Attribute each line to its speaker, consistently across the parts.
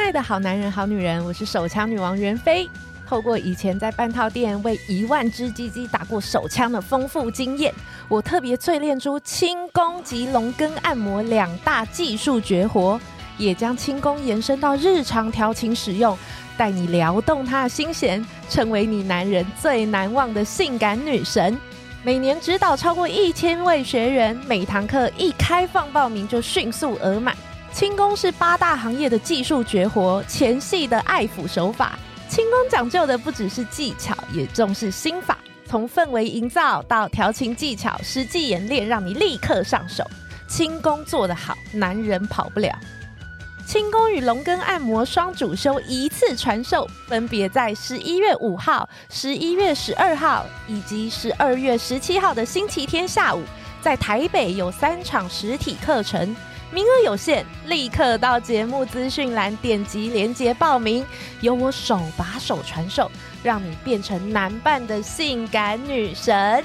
Speaker 1: 爱的好男人好女人，我是手枪女王袁飞。透过以前在半套店为1万只鸡鸡打过手枪的丰富经验，我特别淬炼出轻功及龙根按摩2大技术绝活，也将轻功延伸到日常调情使用，带你撩动他的心弦，成为你男人最难忘的性感女神。每年指导超过1000位学员，每堂课一开放报名就迅速额满。轻功是8大行业的技术绝活，前戏的爱抚手法。轻功讲究的不只是技巧，也重视心法，从氛围营造到调情技巧，实际演练让你立刻上手。轻功做得好，男人跑不了。轻功与龙根按摩双主修一次传授，分别在11月5号、11月12号以及12月17号的星期天下午，在台北有3场实体课程，名额有限，立刻到节目资讯栏点击连结报名，由我手把手传授，让你变成男伴的性感女神。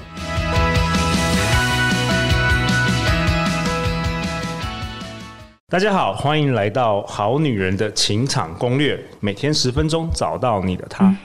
Speaker 2: 大家好，欢迎来到好女人的情场攻略，每天10分钟，找到你的他。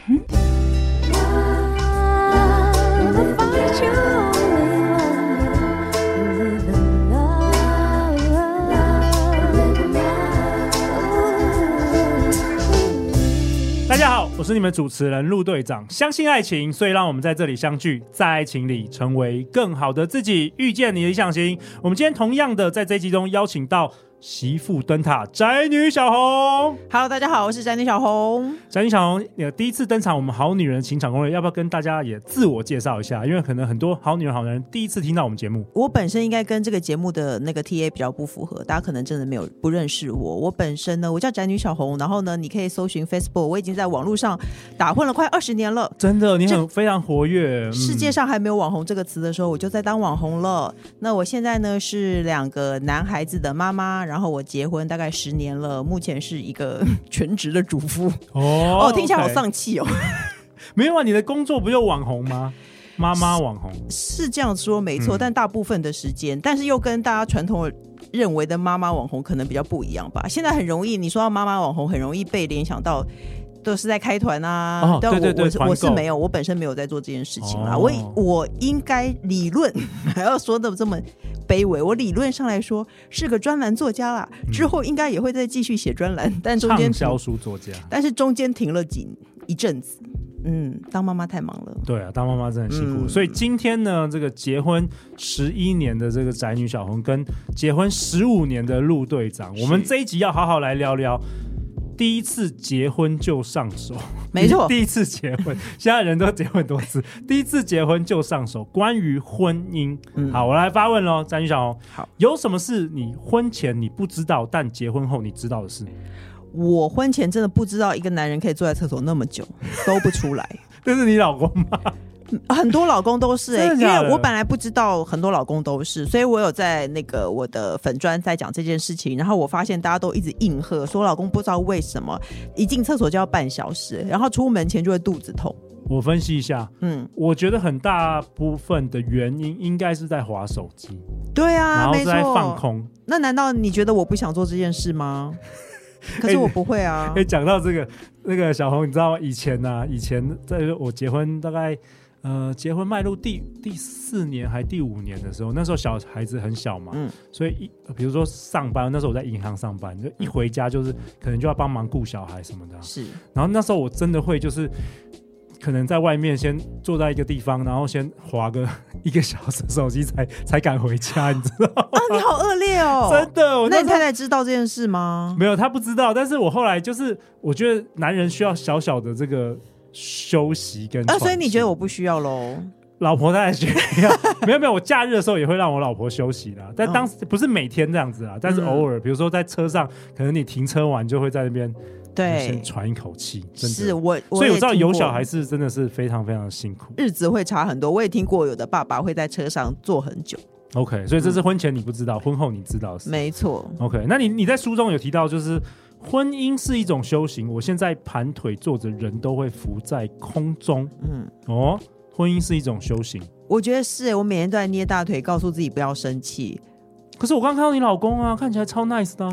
Speaker 3: 大家好，我是你们主持人陆队长。相信爱情，所以让我们在这里相聚，在爱情里成为更好的自己，遇见你的理想型。我们今天同样的在这一集中邀请到媳妇灯塔宅女小红。
Speaker 4: Hello， 大家好，我是宅女小红。
Speaker 3: 宅女小红第一次登场我们好女人情场攻略，要不要跟大家也自我介绍一下？因为可能很多好女人好男人第一次听到我们节目。
Speaker 4: 我本身应该跟这个节目的那个 TA 比较不符合，大家可能真的不认识我。我本身呢，我叫宅女小红，然后呢，你可以搜寻 Facebook， 我已经在网络上打混了快20年了。
Speaker 3: 真的，你非常活跃。
Speaker 4: 世界上还没有网红这个词的时候，我就在当网红了。那我现在呢是2个男孩子的妈妈，然后我结婚大概10年了，目前是一个全职的主妇。听起来好丧气哦。
Speaker 3: 没有啊，你的工作不就网红吗？妈妈网红
Speaker 4: 是这样说没错，但大部分的时间，但是又跟大家传统认为的妈妈网红可能比较不一样吧。现在很容易，你说到妈妈网红，很容易被联想到都是在开团啊。但我是没有，我本身没有在做这件事情啦。我应该理论还要说的这么卑微，我理论上来说是个专栏作家啦，之后应该也会再继续写专栏，但中间
Speaker 3: 畅销书作家，
Speaker 4: 但是中间停了一阵子。当妈妈太忙了。
Speaker 3: 对啊，当妈妈真的很辛苦。所以今天呢，这个结婚11年的这个宅女小红跟结婚15年的陆队长，我们这一集要好好来聊聊第一次结婚就上手。
Speaker 4: 没错，
Speaker 3: 第一次结婚，现在人都结婚很多次，第一次结婚就上手。关于婚姻，好，我来发问咯，宅女小红。
Speaker 4: 好，
Speaker 3: 有什么是你婚前你不知道，但结婚后你知道的事？
Speaker 4: 我婚前真的不知道一个男人可以坐在厕所那么久都不出来。
Speaker 3: 这是你老公吗？
Speaker 4: 很多老公都是因为我本来不知道很多老公都是，所以我有在那个我的粉专在讲这件事情，然后我发现大家都一直应和说老公不知道为什么一进厕所就要半小时，然后出门前就会肚子痛。
Speaker 3: 我分析一下，我觉得很大部分的原因应该是在滑手机。
Speaker 4: 对啊，
Speaker 3: 然后是在放空。
Speaker 4: 那难道你觉得我不想做这件事吗？可是我不会啊。
Speaker 3: 讲到这个，那个小红，你知道吗？以前在我结婚大概结婚迈入第4年还第5年的时候，那时候小孩子很小嘛，所以比如说上班，那时候我在银行上班，就一回家就是可能就要帮忙顾小孩什么的。
Speaker 4: 是，
Speaker 3: 然后那时候我真的会就是可能在外面先坐在一个地方，然后先滑个1个小时手机才敢回家，你知道吗？
Speaker 4: 啊，你好恶劣哦！
Speaker 3: 真的。
Speaker 4: 那你太太知道这件事吗？
Speaker 3: 没有，她不知道。但是我后来就是我觉得男人需要小小的这个休息跟
Speaker 4: 所以你觉得我不需要咯？
Speaker 3: 老婆当然需要。没有，我假日的时候也会让我老婆休息啦，但当时不是每天这样子啦，但是偶尔，比如说在车上，可能你停车完就会在那边先喘一口气。真的
Speaker 4: 是我
Speaker 3: 所以我知道有小孩是真的是非常非常辛苦，
Speaker 4: 日子会差很多。我也听过有的爸爸会在车上坐很久。
Speaker 3: OK， 所以这是婚前你不知道，婚后你知道的事。
Speaker 4: 没错。
Speaker 3: OK， 那你在书中有提到，就是婚姻是一种修行。我现在盘腿坐着，人都会浮在空中。婚姻是一种修行。
Speaker 4: 我觉得是，我每天都在捏大腿，告诉自己不要生气。
Speaker 3: 可是我刚看到你老公啊，看起来超 nice 的啊。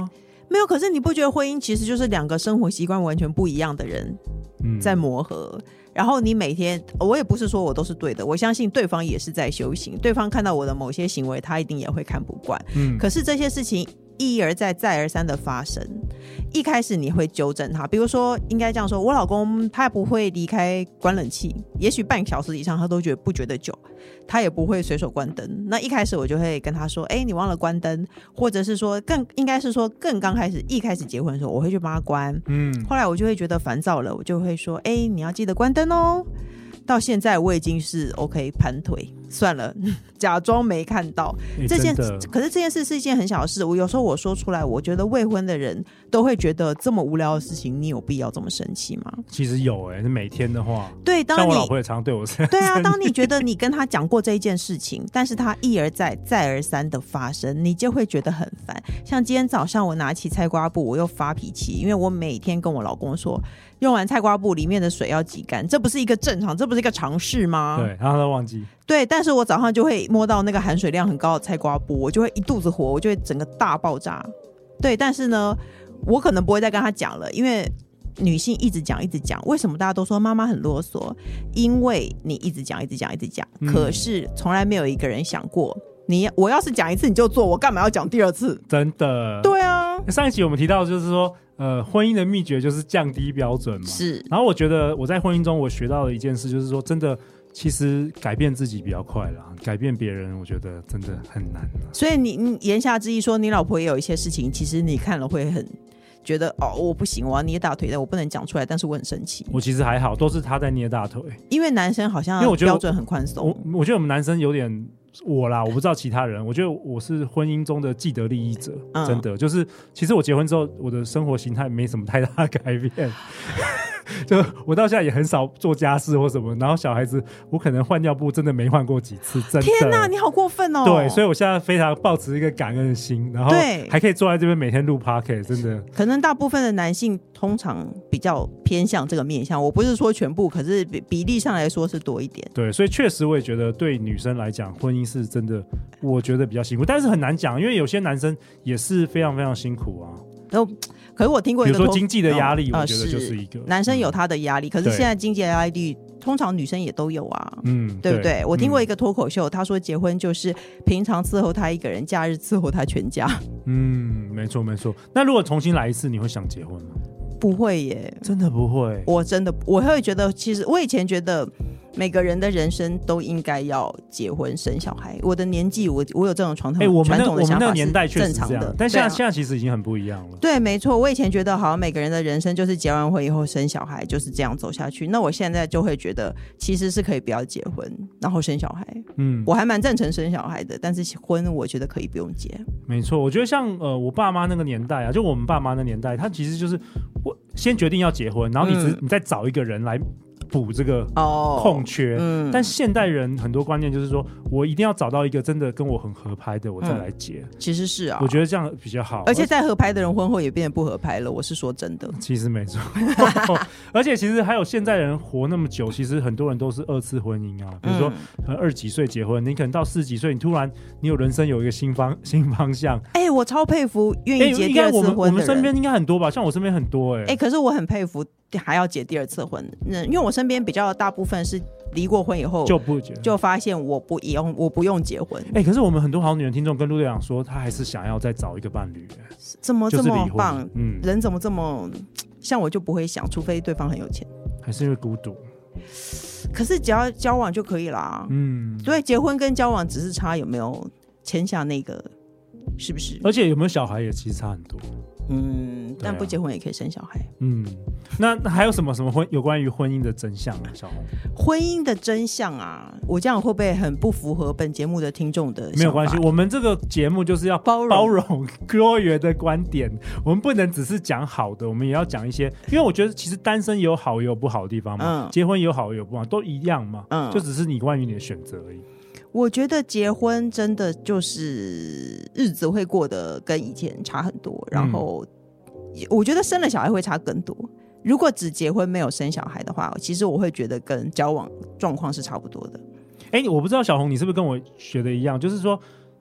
Speaker 4: 没有，可是你不觉得婚姻其实就是两个生活习惯完全不一样的人在磨合，然后你每天，我也不是说我都是对的，我相信对方也是在修行，对方看到我的某些行为他一定也会看不惯，可是这些事情一而再再而三的发生，一开始你会纠正他，比如说应该这样说，我老公他不会离开关冷气，也许半小时以上他都不觉得久，他也不会随手关灯，那一开始我就会跟他说你忘了关灯，或者是说应该是说更刚开始一开始结婚的时候我会去帮他关，后来我就会觉得烦躁了，我就会说你要记得关灯哦，到现在我已经是 OK 盘腿算了，假装没看到这件，可是这件事是一件很小的事，我有时候我说出来，我觉得未婚的人都会觉得这么无聊的事情你有必要这么生气吗？
Speaker 3: 其实有每天的话，
Speaker 4: 对，当
Speaker 3: 像我老婆也常对我这样，
Speaker 4: 对啊，当你觉得你跟他讲过这一件事情，但是他一而再再而三的发生，你就会觉得很烦。像今天早上我拿起菜瓜布我又发脾气，因为我每天跟我老公说用完菜瓜布里面的水要挤干，这不是一个正常，这不是一个常识吗？
Speaker 3: 对，然后他忘记，
Speaker 4: 对，但是我早上就会摸到那个含水量很高的菜瓜布，我就会一肚子火，我就会整个大爆炸。对，但是呢我可能不会再跟他讲了，因为女性一直讲一直讲，为什么大家都说妈妈很啰嗦？因为你一直讲一直讲一直讲，可是从来没有一个人想过我要是讲一次你就做，我干嘛要讲第二次？真
Speaker 3: 的，
Speaker 4: 对啊。
Speaker 3: 上一集我们提到就是说婚姻的秘诀就是降低标准嘛，
Speaker 4: 是。
Speaker 3: 然后我觉得我在婚姻中我学到的一件事就是说，真的其实改变自己比较快啦，改变别人我觉得真的很难啦。
Speaker 4: 所以你言下之意说你老婆也有一些事情其实你看了会很觉得我不行，我要捏大腿的，我不能讲出来，但是我很生气。
Speaker 3: 我其实还好，都是他在捏大腿，
Speaker 4: 因为男生好像标准很宽松。
Speaker 3: 我觉得我们男生有点我啦，我不知道其他人，我觉得我是婚姻中的既得利益者，真的就是其实我结婚之后我的生活形态没什么太大的改变就我到现在也很少做家事或什么，然后小孩子我可能换尿布真的没换过几次，真的。
Speaker 4: 天哪，你好过分哦。
Speaker 3: 对，所以我现在非常抱持一个感恩的心，然后还可以坐在这边每天录 podcast， 真的。
Speaker 4: 可能大部分的男性通常比较偏向这个面向，我不是说全部，可是比例上来说是多一点。
Speaker 3: 对，所以确实我也觉得对女生来讲婚姻是真的我觉得比较辛苦，但是很难讲，因为有些男生也是非常非常辛苦啊。
Speaker 4: 可是我听过一个，
Speaker 3: 比如说经济的压力，我觉得就是一个
Speaker 4: 男生有他的压力，可是现在经济的压力通常女生也都有啊，对不对？我听过一个脱口秀，他说结婚就是平常伺候他一个人，假日伺候他全家。
Speaker 3: 没错没错。那如果重新来一次，你会想结婚吗？
Speaker 4: 不会耶，
Speaker 3: 真的不会。
Speaker 4: 我会觉得，其实我以前觉得每个人的人生都应该要结婚生小孩。我的年纪，我有这种传统的想法是正常的，
Speaker 3: 我们那个年代确实是这样，但现在其实已经很不一样了。
Speaker 4: 对，没错。我以前觉得好像每个人的人生就是结完婚以后生小孩，就是这样走下去。那我现在就会觉得，其实是可以不要结婚，然后生小孩。我还蛮赞成生小孩的，但是婚我觉得可以不用结。
Speaker 3: 没错，我觉得像我爸妈那个年代啊，就我们爸妈那年代，他其实就是我先决定要结婚，然后你再找一个人来补这个空缺，但现代人很多观念就是说我一定要找到一个真的跟我很合拍的我再来结，
Speaker 4: 其实是啊，
Speaker 3: 我觉得这样比较好，
Speaker 4: 而且再合拍的人婚后也变得不合拍了，我是说真的，
Speaker 3: 其实没错而且其实还有现在人活那么久，其实很多人都是二次婚姻啊，比如说可能20几岁结婚，你可能到40几岁你突然你有人生有一个新方向，
Speaker 4: 我超佩服愿意结第二次婚的人，
Speaker 3: 我们身边应该很多吧，像我身边很多
Speaker 4: 可是我很佩服还要结第二次婚，因为我身边比较大部分是离过婚以后
Speaker 3: 就不结，
Speaker 4: 就发现我不用结婚。
Speaker 3: 可是我们很多好女人听众跟陆队长说，他还是想要再找一个伴侣，
Speaker 4: 怎么这么棒？人怎么这么像我就不会想，除非对方很有钱，
Speaker 3: 还是因为孤独。
Speaker 4: 可是只要交往就可以啦。对，结婚跟交往只是差有没有签下那个，是不是？
Speaker 3: 而且有没有小孩也其实差很多。
Speaker 4: 但不结婚也可以生小孩。
Speaker 3: 那还有什么有关于婚姻的真相啊？小红，
Speaker 4: 婚姻的真相啊，我这样会不会很不符合本节目的听众的想法？
Speaker 3: 没有关系，我们这个节目就是要包容多元的观点，我们不能只是讲好的，我们也要讲一些，因为我觉得其实单身也有好也有不好的地方嘛，结婚也有好也有不好，都一样嘛，就只是你关于你的选择而已。
Speaker 4: 我觉得结婚真的就是日子会过得跟以前差很多，然后我觉得生了小孩会差更多。如果只结婚没有生小孩的话，其实我会觉得跟交往状况是差不多的。
Speaker 3: 我不知道小红你是不是跟我学的一样，就是说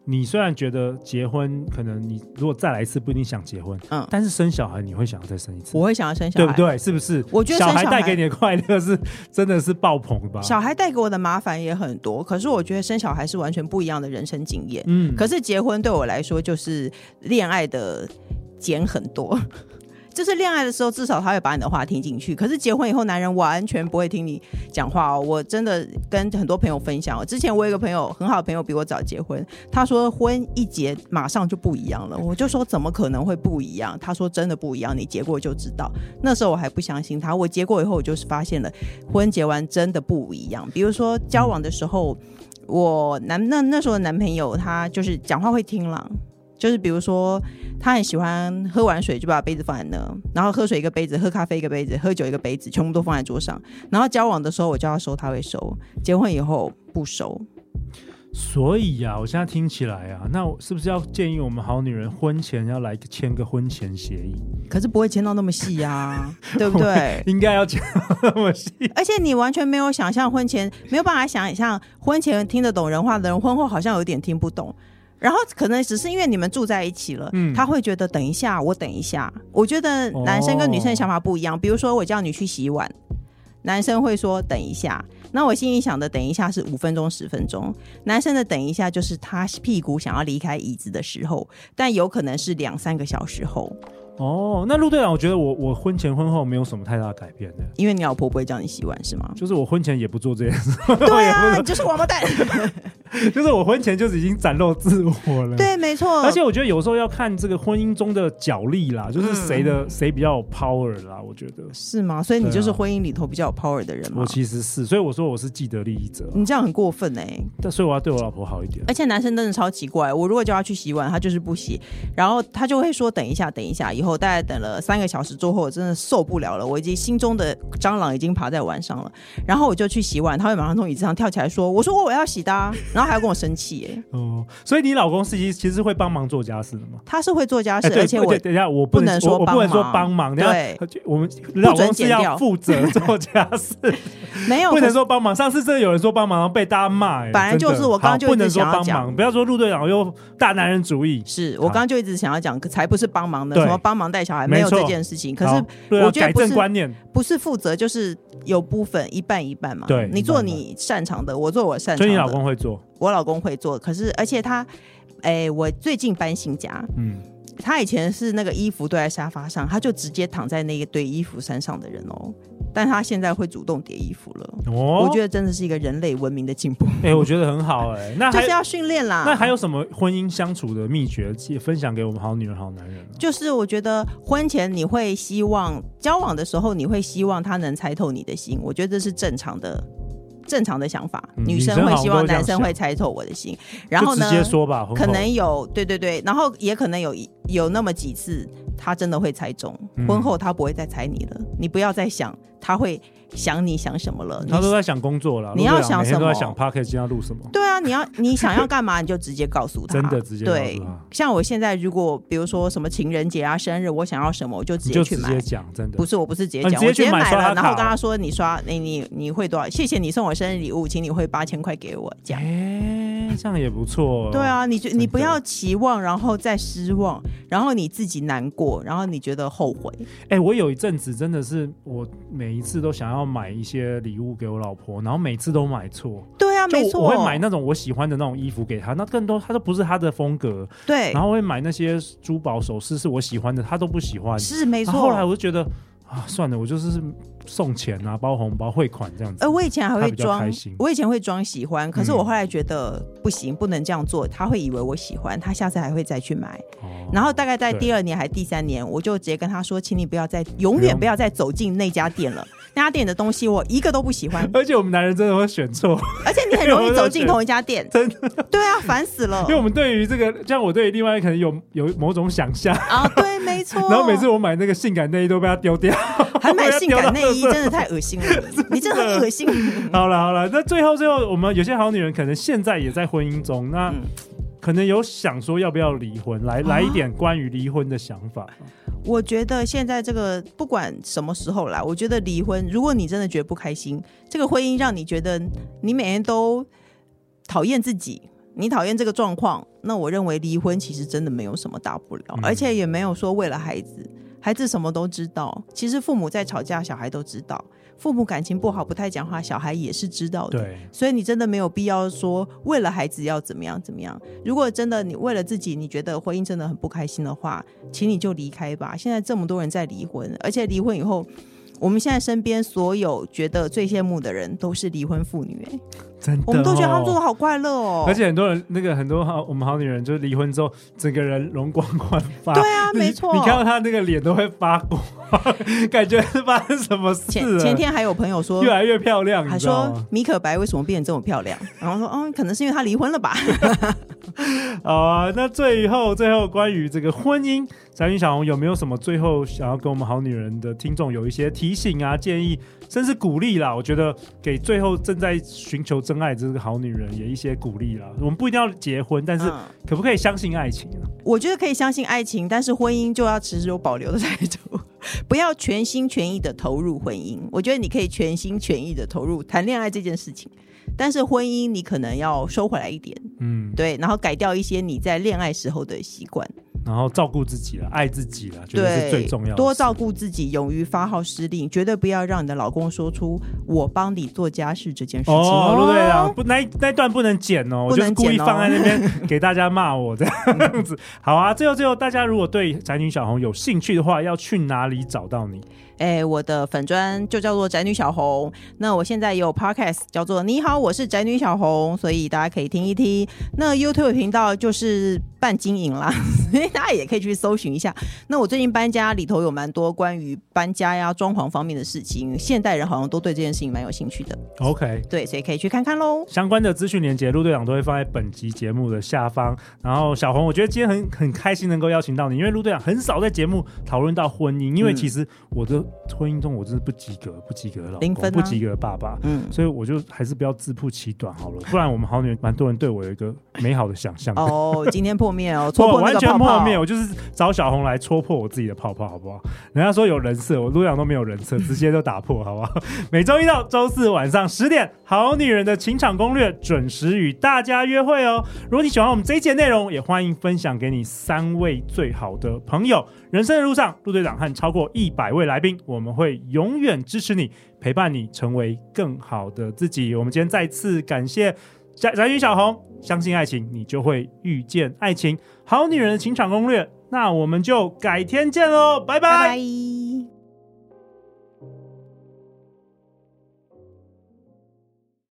Speaker 3: 你虽然觉得结婚可能你如果再来一次不一定想结婚，但是生小孩你会想要再生一次。
Speaker 4: 我会想要生小孩，
Speaker 3: 对不对？是不是？
Speaker 4: 我觉得
Speaker 3: 小孩带给你的快乐是真的是爆棚吧？
Speaker 4: 小孩带给我的麻烦也很多，可是我觉得生小孩是完全不一样的人生经验。可是结婚对我来说就是恋爱的减很多。就是恋爱的时候至少他会把你的话听进去，可是结婚以后男人完全不会听你讲话哦。我真的跟很多朋友分享，之前我有一个朋友很好的朋友比我早结婚，他说婚一结马上就不一样了，我就说怎么可能会不一样，他说真的不一样，你结过就知道。那时候我还不相信他，我结过以后我就是发现了婚结完真的不一样。比如说交往的时候，我那时候的男朋友他就是讲话会听啦，就是比如说他很喜欢喝完水就把杯子放在那，然后喝水一个杯子，喝咖啡一个杯子，喝酒一个杯子，全部都放在桌上。然后交往的时候我叫他收他会收，结婚以后不收。
Speaker 3: 所以啊，我现在听起来啊，那我是不是要建议我们好女人婚前要来签个婚前协议？
Speaker 4: 可是不会签到那么细啊，对不对？
Speaker 3: 应该要签到那么细，
Speaker 4: 而且你完全没有想象婚前没有办法想象婚前听得懂人话的人，婚后好像有点听不懂。然后可能只是因为你们住在一起了，他会觉得等一下我等一下。我觉得男生跟女生的想法不一样，比如说我叫你去洗碗，男生会说等一下，那我心里想的等一下是5分钟10分钟，男生的等一下就是他屁股想要离开椅子的时候，但有可能是2-3个小时后。
Speaker 3: 那陆队长，我觉得我婚前婚后没有什么太大的改变的，
Speaker 4: 因为你老婆不会叫你洗碗是吗？
Speaker 3: 就是我婚前也不做这件事。
Speaker 4: 对啊，你就是王八蛋。
Speaker 3: 就是我婚前就是已经展露自我了。
Speaker 4: 对，没错。
Speaker 3: 而且我觉得有时候要看这个婚姻中的角力啦，就是谁比较有 power 啦，我觉得
Speaker 4: 是吗？所以你就是婚姻里头比较有 power 的人吗？
Speaker 3: 我其实是，所以我说我是既得利益者。
Speaker 4: 你这样很过分
Speaker 3: 但所以我要对我老婆好一点。
Speaker 4: 而且男生真的超奇怪，我如果叫他去洗碗，他就是不洗，然后他就会说等一下等一下，以后大概等了3个小时之后，我真的受不了了，我已经心中的蟑螂已经爬在碗上了，然后我就去洗碗，他会马上从椅子上跳起来说，我说我要洗的然后还要跟我生气
Speaker 3: 所以你老公其实会帮忙做家事的吗？
Speaker 4: 他是会做家事，而且
Speaker 3: 等一下我不能说帮忙，
Speaker 4: 对，
Speaker 3: 我们老公是要负责做家事，
Speaker 4: 没有
Speaker 3: 不能说帮忙。上次真的有人说帮忙被大家骂，
Speaker 4: 本来就是我刚刚就一直想要讲，
Speaker 3: 不要说陆队长又大男人主义，
Speaker 4: 是我刚刚就一直想要讲，才不是帮忙的，什么帮忙带小孩没有这件事情。可是我觉得
Speaker 3: 改正观念
Speaker 4: 不是负责，就是有部分一半一半嘛。
Speaker 3: 对，
Speaker 4: 你做你擅长的，我做我擅长的。
Speaker 3: 所以你老公会做，
Speaker 4: 我老公会做。可是而且他，我最近搬新家，他以前是那个衣服堆在沙发上，他就直接躺在那个堆衣服山上的人但他现在会主动叠衣服了我觉得真的是一个人类文明的进步
Speaker 3: 我觉得很好那
Speaker 4: 就是要训练啦。
Speaker 3: 那还有什么婚姻相处的秘诀也分享给我们好女人好男人
Speaker 4: 就是我觉得婚前你会希望交往的时候你会希望他能猜透你的心，我觉得这是正常的想法，女生会希望男生会猜透我的心，然后呢
Speaker 3: 就直接说吧，
Speaker 4: 可能有对，然后也可能有那么几次他真的会猜中，婚后他不会再猜你了，你不要再想他会想你想什么了，
Speaker 3: 他都在想工作了，
Speaker 4: 你要想什么，
Speaker 3: 每天都在想 Podcast 今天要录什么。
Speaker 4: 对啊，你想要干嘛你就直接告诉他，
Speaker 3: 真的直接告诉他。对，
Speaker 4: 像我现在如果比如说什么情人节啊生日我想要什么我就直接去买，
Speaker 3: 就直接讲，真的
Speaker 4: 不是我不是直接讲，
Speaker 3: 我直接
Speaker 4: 买了，然后跟他说你刷你汇多少，谢谢你送我生日礼物，请你汇8000块给我，这样
Speaker 3: 这样也不错
Speaker 4: 对啊，你不要期望然后再失望，然后你自己难过，然后你觉得后悔。
Speaker 3: 我有一阵子真的是我每一次都想要买一些礼物给我老婆，然后每次都买错。
Speaker 4: 对啊，没错，
Speaker 3: 我会买那种我喜欢的那种衣服给她，那更多她都不是她的风格。
Speaker 4: 对，
Speaker 3: 然后会买那些珠宝首饰是我喜欢的，她都不喜欢。
Speaker 4: 是没错。
Speaker 3: 后来我就觉得算了，我就是送钱啊，包红包汇款这样子。
Speaker 4: 我以前还会装，我以前会装喜欢，可是我后来觉得不行，不能这样做，他会以为我喜欢，他下次还会再去买。然后大概在第2年还第3年，我就直接跟他说，请你不要再永远不要再走进那家店了，那家店的东西我一个都不喜欢。
Speaker 3: 而且我们男人真的会选错，
Speaker 4: 而且你很容易走进同一家店，
Speaker 3: 真的。
Speaker 4: 对啊，烦死了。
Speaker 3: 因为我们对于这个，像我对于另外可能有某种想象
Speaker 4: 对，没错。
Speaker 3: 然后每次我买那个性感内衣都被他丢掉，
Speaker 4: 还买性感内衣，真的太恶心了，你真的很恶心。
Speaker 3: 好了，那最后我们有些好女人可能现在也在婚姻中，那可能有想说要不要离婚，来一点关于离婚的想法。
Speaker 4: 我觉得现在这个不管什么时候来，我觉得离婚，如果你真的觉得不开心，这个婚姻让你觉得你每天都讨厌自己， 你讨厌这个状况，那我认为离婚其实真的没有什么大不了，而且也没有说为了孩子，孩子什么都知道，其实父母在吵架小孩都知道，父母感情不好不太讲话小孩也是知道的，
Speaker 3: 对，
Speaker 4: 所以你真的没有必要说为了孩子要怎么样怎么样。如果真的你为了自己你觉得婚姻真的很不开心的话，请你就离开吧。现在这么多人在离婚，而且离婚以后我们现在身边所有觉得最羡慕的人都是离婚妇女，
Speaker 3: 真的
Speaker 4: 我们都觉得他们做的好快乐哦。
Speaker 3: 而且很多人很多我们好女人就是离婚之后整个人容光焕发。
Speaker 4: 对啊，没错，
Speaker 3: 你看到她那个脸都会发光，感觉是发生什么事了。
Speaker 4: 前天还有朋友说
Speaker 3: 越来越漂亮，
Speaker 4: 还说米可白为什么变成这么漂亮，然后说可能是因为她离婚了吧。
Speaker 3: 好啊，那最后关于这个婚姻，宅女小红有没有什么最后想要跟我们好女人的听众有一些提醒啊、建议，甚至鼓励啦？我觉得给最后正在寻求真爱这个好女人也一些鼓励啦。我们不一定要结婚，但是可不可以相信爱情啊？
Speaker 4: 我觉得可以相信爱情，但是婚姻就要持有保留的态度，不要全心全意的投入婚姻。我觉得你可以全心全意的投入谈恋爱这件事情，但是婚姻你可能要收回来一点，对，然后改掉一些你在恋爱时候的习惯，
Speaker 3: 然后照顾自己了，爱自己了，觉得是最重要的。
Speaker 4: 多照顾自己，勇于发号施令，绝对不要让你的老公说出我帮你做家事这件事情。
Speaker 3: 陆队长，那段不能剪哦，我就是故意放在那边给大家骂我这样子。好啊，最后大家如果对宅女小红有兴趣的话，要去哪里找到你？
Speaker 4: 我的粉专就叫做宅女小红，那我现在也有 podcast 叫做你好我是宅女小红，所以大家可以听一听。那 YouTube 频道就是半经营啦，所以大家也可以去搜寻一下。那我最近搬家，里头有蛮多关于搬家呀装潢方面的事情，现代人好像都对这件事情蛮有兴趣的。
Speaker 3: OK，
Speaker 4: 对，所以可以去看看咯。
Speaker 3: 相关的资讯连结陆队长都会放在本集节目的下方。然后小红，我觉得今天很开心能够邀请到你，因为陆队长很少在节目讨论到婚姻，因为其实我的婚姻中我真是不及格的老公
Speaker 4: 0分
Speaker 3: 不及格的爸爸，所以我就还是不要自曝其短好了，不然我们好女人蛮多人对我有一个美好的想象。
Speaker 4: 今天破灭哦，戳破那个泡泡，
Speaker 3: 完全破灭，我就是找小红来戳破我自己的泡泡，好不好？人家说有人设，我陆队长都没有人设，直接就打破，好不好？每周一到周四晚上10点，好女人的情场攻略准时与大家约会哦。如果你喜欢我们这一集的内容，也欢迎分享给你3位最好的朋友。人生的路上，陆队长和超过100位来宾，我们会永远支持你，陪伴你成为更好的自己。我们今天再次感谢宅女小红，相信爱情，你就会遇见爱情。好女人的情场攻略，那我们就改天见喽，拜拜。
Speaker 4: 拜拜。